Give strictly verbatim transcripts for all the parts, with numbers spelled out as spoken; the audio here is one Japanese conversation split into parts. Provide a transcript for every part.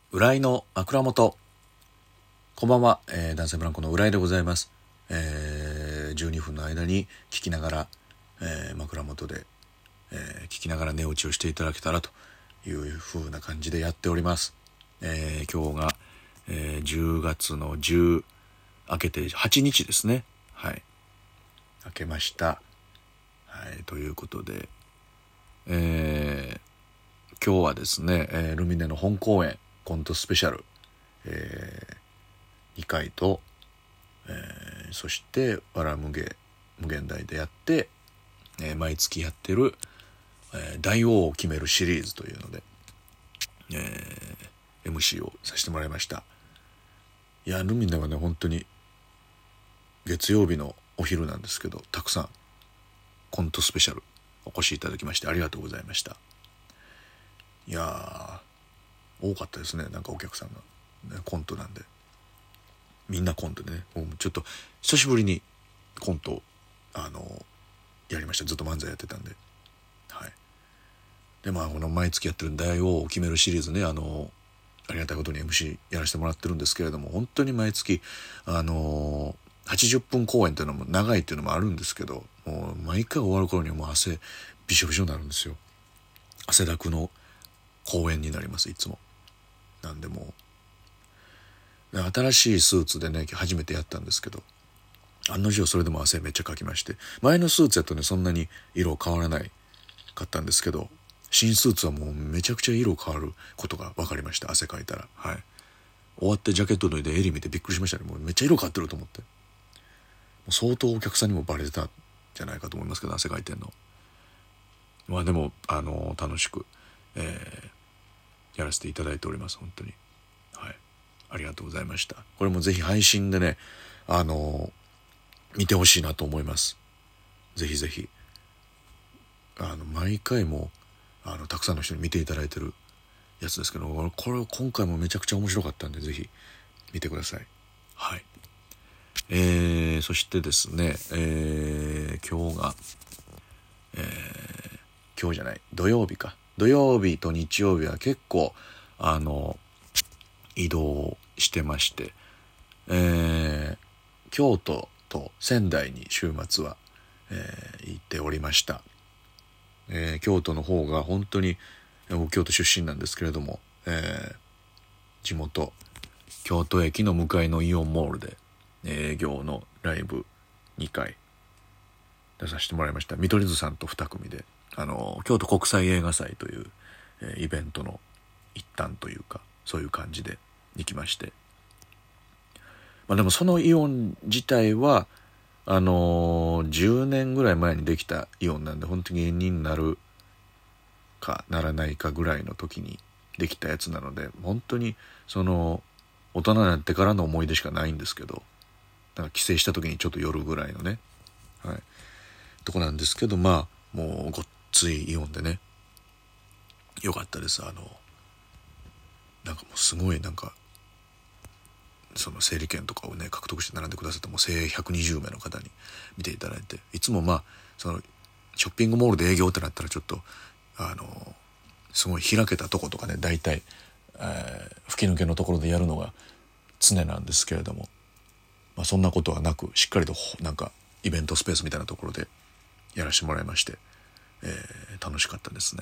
浦井の枕元。こんばんは、えー、男性ブランコの浦井でございます。えー、じゅうにふんの間に聞きながら、えー、枕元で、えー、聞きながら寝落ちをしていただけたらという風な感じでやっております。えー、今日が、えー、じゅうがつのじゅう明けてはちにちですね。はい、明けました。はい、ということで、えー、今日はですね、えー、ルミネの本公演コントスペシャル、えー、にかいと、えー、そしてわらむげ無限大でやって、えー、毎月やってる、えー、大王を決めるシリーズというので、えー、エムシー をさせてもらいました。いやルミネはね本当に月曜日のお昼なんですけど、たくさんコントスペシャルお越しいただきましてありがとうございました。いやー多かったですね。なんかお客さんが、ね、コントなんでみんなコントでね、もうちょっと久しぶりにコントあのやりました。ずっと漫才やってたんで、はい。でまあこの毎月やってる大王を決めるシリーズね、あのありがたいことに エムシー やらせてもらってるんですけれども、本当に毎月あのはちじゅっぷん公演っていうのも長いっていうのもあるんですけど、もう毎回終わる頃にはもう汗びしょびしょになるんですよ。汗だくの公演になりますいつも。なんでもう新しいスーツでね初めてやったんですけど、案の定それでも汗めっちゃかきまして、前のスーツやとねそんなに色変わらないかったんですけど、新スーツはもうめちゃくちゃ色変わることが分かりました。汗かいたら、はい。終わってジャケット脱いで襟見てびっくりしましたね。もうめっちゃ色変わってると思って、もう相当お客さんにもバレてたんじゃないかと思いますけど、汗かいてんの。まあでもあの楽しく、えー、やらせていただいております。本当に、はい、ありがとうございました。これもぜひ配信でねあの見てほしいなと思います。ぜひぜひあの毎回もあのたくさんの人に見ていただいてるやつですけど、これ今回もめちゃくちゃ面白かったんでぜひ見てください。はい。えー、そしてですね、えー、今日が、えー、今日じゃない土曜日か土曜日と日曜日は結構あの移動してまして、えー、京都と仙台に週末は、えー、行っておりました。えー、京都の方が本当に僕京都出身なんですけれども、えー、地元京都駅の向かいのイオンモールで営業のライブにかい出させてもらいました。見取り図さんとに組であの京都国際映画祭という、えー、イベントの一端というかそういう感じで行きまして、まあ、でもそのイオン自体はあのー、じゅうねんぐらい前にできたイオンなんで、本当に芸人になるかならないかぐらいの時にできたやつなので、本当にその大人になってからの思い出しかないんですけど、なんか帰省した時にちょっと寄るぐらいのね、はい、とこなんですけど、まあもうごっついイオンでねよかったです。あのなんかもうすごいなんかその整理券とかをね獲得して並んでくださってもう計ひゃくにじゅうめいの方に見ていただいて、いつもまあそのショッピングモールで営業ってなったらちょっとあのすごい開けたとことかね大体、えー、吹き抜けのところでやるのが常なんですけれども、まあ、そんなことはなくしっかりとなんかイベントスペースみたいなところでやらせてもらいまして、えー、楽しかったですね。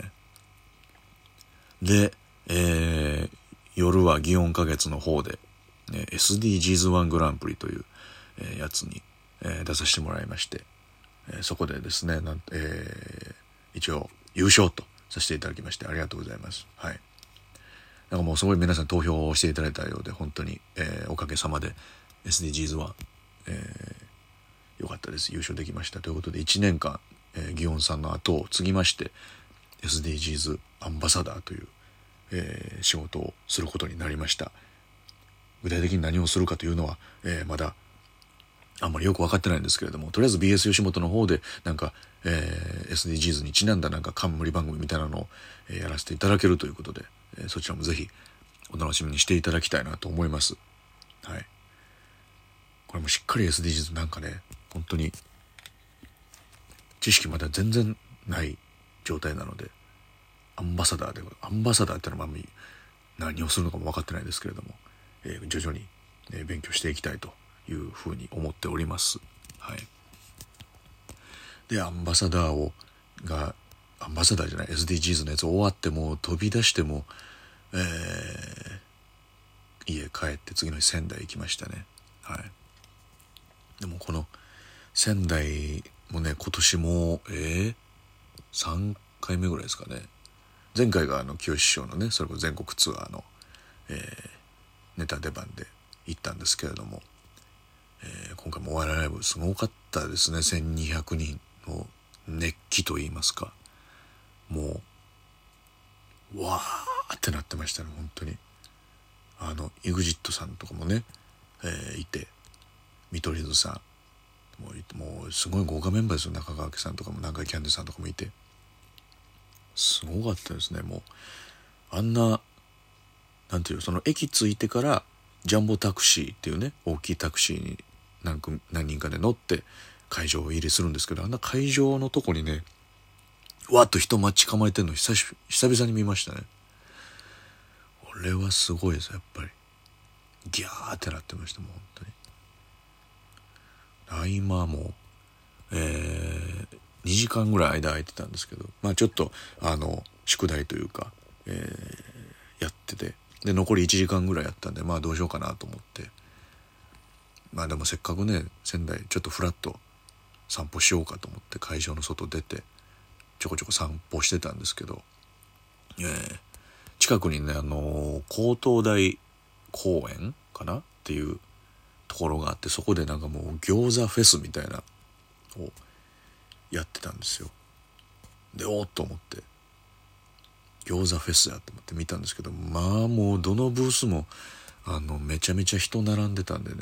で、えー、夜は祇園花月の方でね、エスディージーズワン グランプリという、えー、やつに、えー、出させてもらいまして、えー、そこでですねなん、えー、一応優勝とさせていただきましてありがとうございます。はい。なんかもうすごい皆さん投票をしていただいたようで本当に、えー、おかげさまで エスディージーズワン、えー、よかったです。優勝できましたということでいちねんかん、えー、祇園さんの後を継ぎまして エスディージーズ アンバサダーという、えー、仕事をすることになりました。具体的に何をするかというのは、えー、まだあんまりよく分かってないんですけれども、とりあえず ビーエス 吉本の方でなんか、えー、エスディージーズ にちなんだなんか冠番組みたいなのを、えー、やらせていただけるということで、えー、そちらもぜひお楽しみにしていただきたいなと思います。はい。これもしっかり エスディージーズ なんかね本当に知識まだ全然ない状態なので、アンバサダーでアンバサダーってのはまあ何をするのかも分かってないですけれども、えー、徐々に、えー、勉強していきたいというふうに思っております。はい。でアンバサダーをがアンバサダーじゃない エスディージーズ のやつ終わってもう飛び出しても、えー、家帰って次の日仙台行きましたね。はい。でもこの仙台もね今年もえー、さんかいめぐらいですかね。前回があの清志師匠のねそれこそ全国ツアーの、えー、ネタ出番で行ったんですけれども、えー、今回もお笑いライブすごかったですね。せんにひゃくにんの熱気といいますか、もうわーってなってましたね本当に。あの イグジット さんとかもね、えー、いて、見取り図さんもう、もうすごい豪華メンバーですよ。中川家さんとかも南海キャンディーさんとかもいてすごかったですね。もうあんななんていうその駅着いてからジャンボタクシーっていうね大きいタクシーに 何, 何人かで乗って会場を入りするんですけど、あんな会場のとこにねわっと人待ち構えてるの久し久々に見ましたね。これはすごいですやっぱり。ギャーってなってましたもう本当に。合間もえー、にじかんぐらい間空いてたんですけど、まあちょっとあの宿題というか、えー、やってて、で残りいちじかんぐらいやったんで、まあどうしようかなと思って、まあでもせっかくね仙台ちょっとフラッと散歩しようかと思って会場の外出てちょこちょこ散歩してたんですけど、えー、近くにねあの高東台公園かなっていうところがあって、そこでなんかもう餃子フェスみたいなをやってたんですよ。でおーっと思って餃子フェスやと思って見たんですけど、まあもうどのブースもあのめちゃめちゃ人並んでたんでね、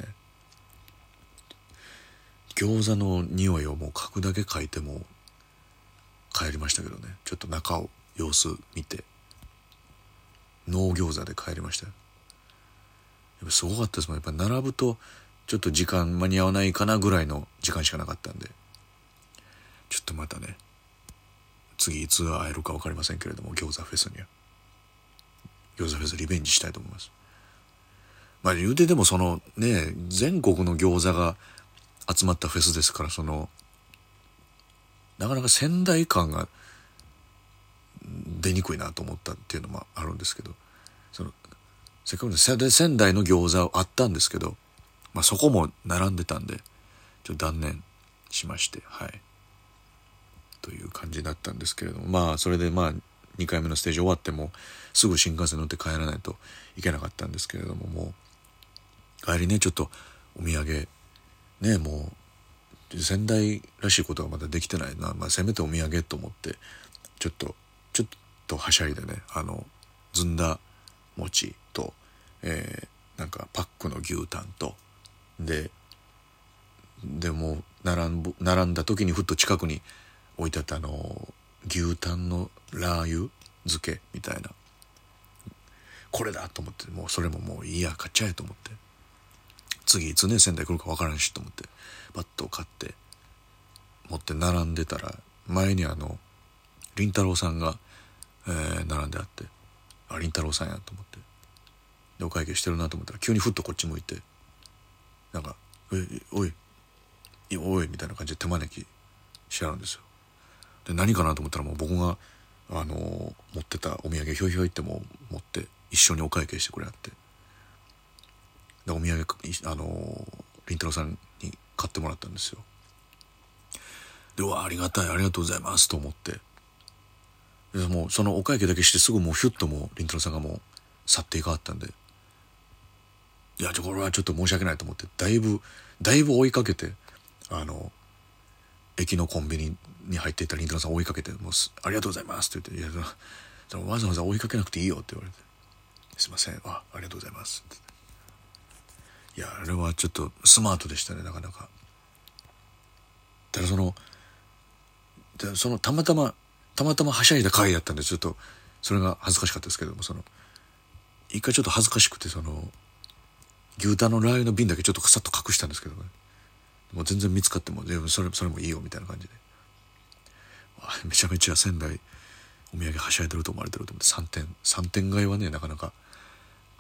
餃子の匂いをもう嗅ぐだけ嗅いても帰りましたけどね。ちょっと中を様子見てノー餃子で帰りましたよ。やっぱすごかったですもん。やっぱ並ぶとちょっと時間間に合わないかなぐらいの時間しかなかったんで、ちょっとまたね次いつ会えるか分かりませんけれども、餃子フェスには餃子フェスリベンジしたいと思います。まあ言うてでもそのね全国の餃子が集まったフェスですから、そのなかなか仙台感が出にくいなと思ったっていうのもあるんですけど、そのせっかく仙台の餃子あったんですけど、まあ、そこも並んでたんでちょっと断念しまして、はいという感じだったんですけれども、まあそれでまあにかいめのステージ終わってもすぐ新幹線乗って帰らないといけなかったんですけれども、もう帰りねちょっとお土産ね、もう仙台らしいことがまだできてないな、まあ、せめてお土産と思ってちょっとちょっとはしゃいでね、あのずんだ餅と、えー、なんかパックの牛タンとででも並んぶ並んだ時にふっと近くに置いてあったあの牛タンのラー油漬けみたいな、これだと思って、もうそれももういいや買っちゃえと思って、次いつね仙台来るか分からんしと思ってバッと買って持って並んでたら、前にあのりんたろーさんが、えー、並んであって、ありんたろーさんやと思って、でお会計してるなと思ったら急にふっとこっち向いてなんかえおいおいみたいな感じで手招きしはるんですよ。で何かなと思ったらもう僕があのー、持ってたお土産ひょいひょいってもう持って一緒にお会計してくれあって、でお土産あのー、りんたろーさんに買ってもらったんですよ。でうわありがたいありがとうございますと思って、でもうそのお会計だけしてすぐもうヒュッともうりんたろーさんがもう去っていかはったんで、いやこれはちょっと申し訳ないと思ってだいぶだいぶ追いかけて、あの駅のコンビニに入っていたりんたろーさんを追いかけて、もうありがとうございますって言って、いやわざわざ追いかけなくていいよって言われて、すいません あ, ありがとうございますって。いやあれはちょっとスマートでしたねなかなか。ただそのでそのたまたまたまたまはしゃいだ回やったんでちょっとそれが恥ずかしかったですけども、その一回ちょっと恥ずかしくてその牛タンのラー油の瓶だけちょっとさっと隠したんですけどね、もう全然見つかってもそれ、それもいいよみたいな感じで、めちゃめちゃ仙台お土産はしゃいでると思われてると思って、さんてんさんてん買いはねなかなか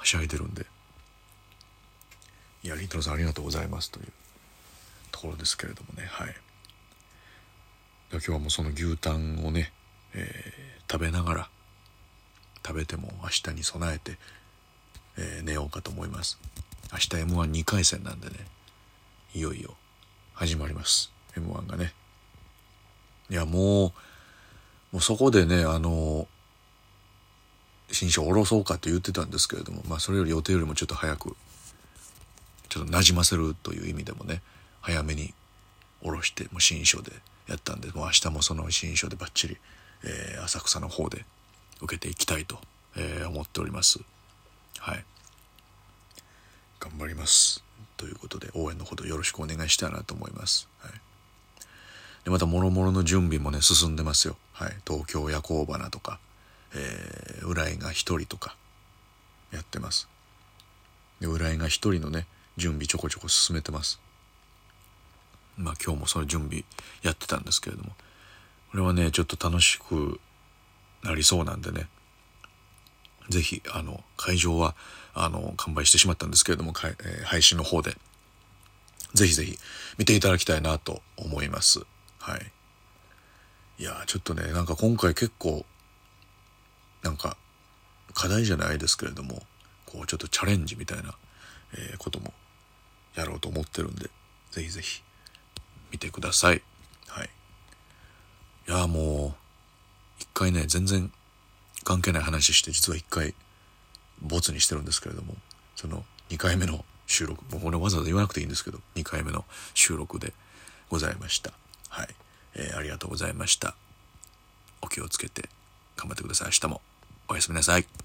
はしゃいでるんで、いやりんたろーさんありがとうございますというところですけれどもね。はい。今日はもうその牛タンをね、えー、食べながら、食べても明日に備えて、えー、寝ようかと思います。明日 エムワンに 回戦なんでね、いよいよ始まります エムワン がね。いやもうもうそこでね、あの新書を下ろそうかと言ってたんですけれども、まあそれより予定よりもちょっと早くちょっとなじませるという意味でもね、早めに下ろしてもう新書でやったんで、もう明日もその新書でバッチリ、えー、浅草の方で受けていきたいと、えー、思っております。はい、頑張りますということで、応援のほどよろしくお願いしたいなと思います。はい、でまたもろもろの準備もね進んでますよ。はい、東京夜行花とか、えー、浦井が一人とかやってます。で浦井が一人のね準備ちょこちょこ進めてます。まあ今日もその準備やってたんですけれども、これはねちょっと楽しくなりそうなんでね、ぜひあの会場はあの完売してしまったんですけれども、えー、配信の方でぜひぜひ見ていただきたいなと思います。はい。いやちょっとねなんか今回結構なんか課題じゃないですけれども、こうちょっとチャレンジみたいな、えー、こともやろうと思ってるんで、ぜひぜひ見てください。はい。いやもう一回ね全然関係ない話して、実は一回ボツにしてるんですけれども、そのにかいめの収録、もうこれわざわざ言わなくていいんですけど、にかいめの収録でございました。はい、えー、ありがとうございました。お気をつけて頑張ってください。明日もおやすみなさい。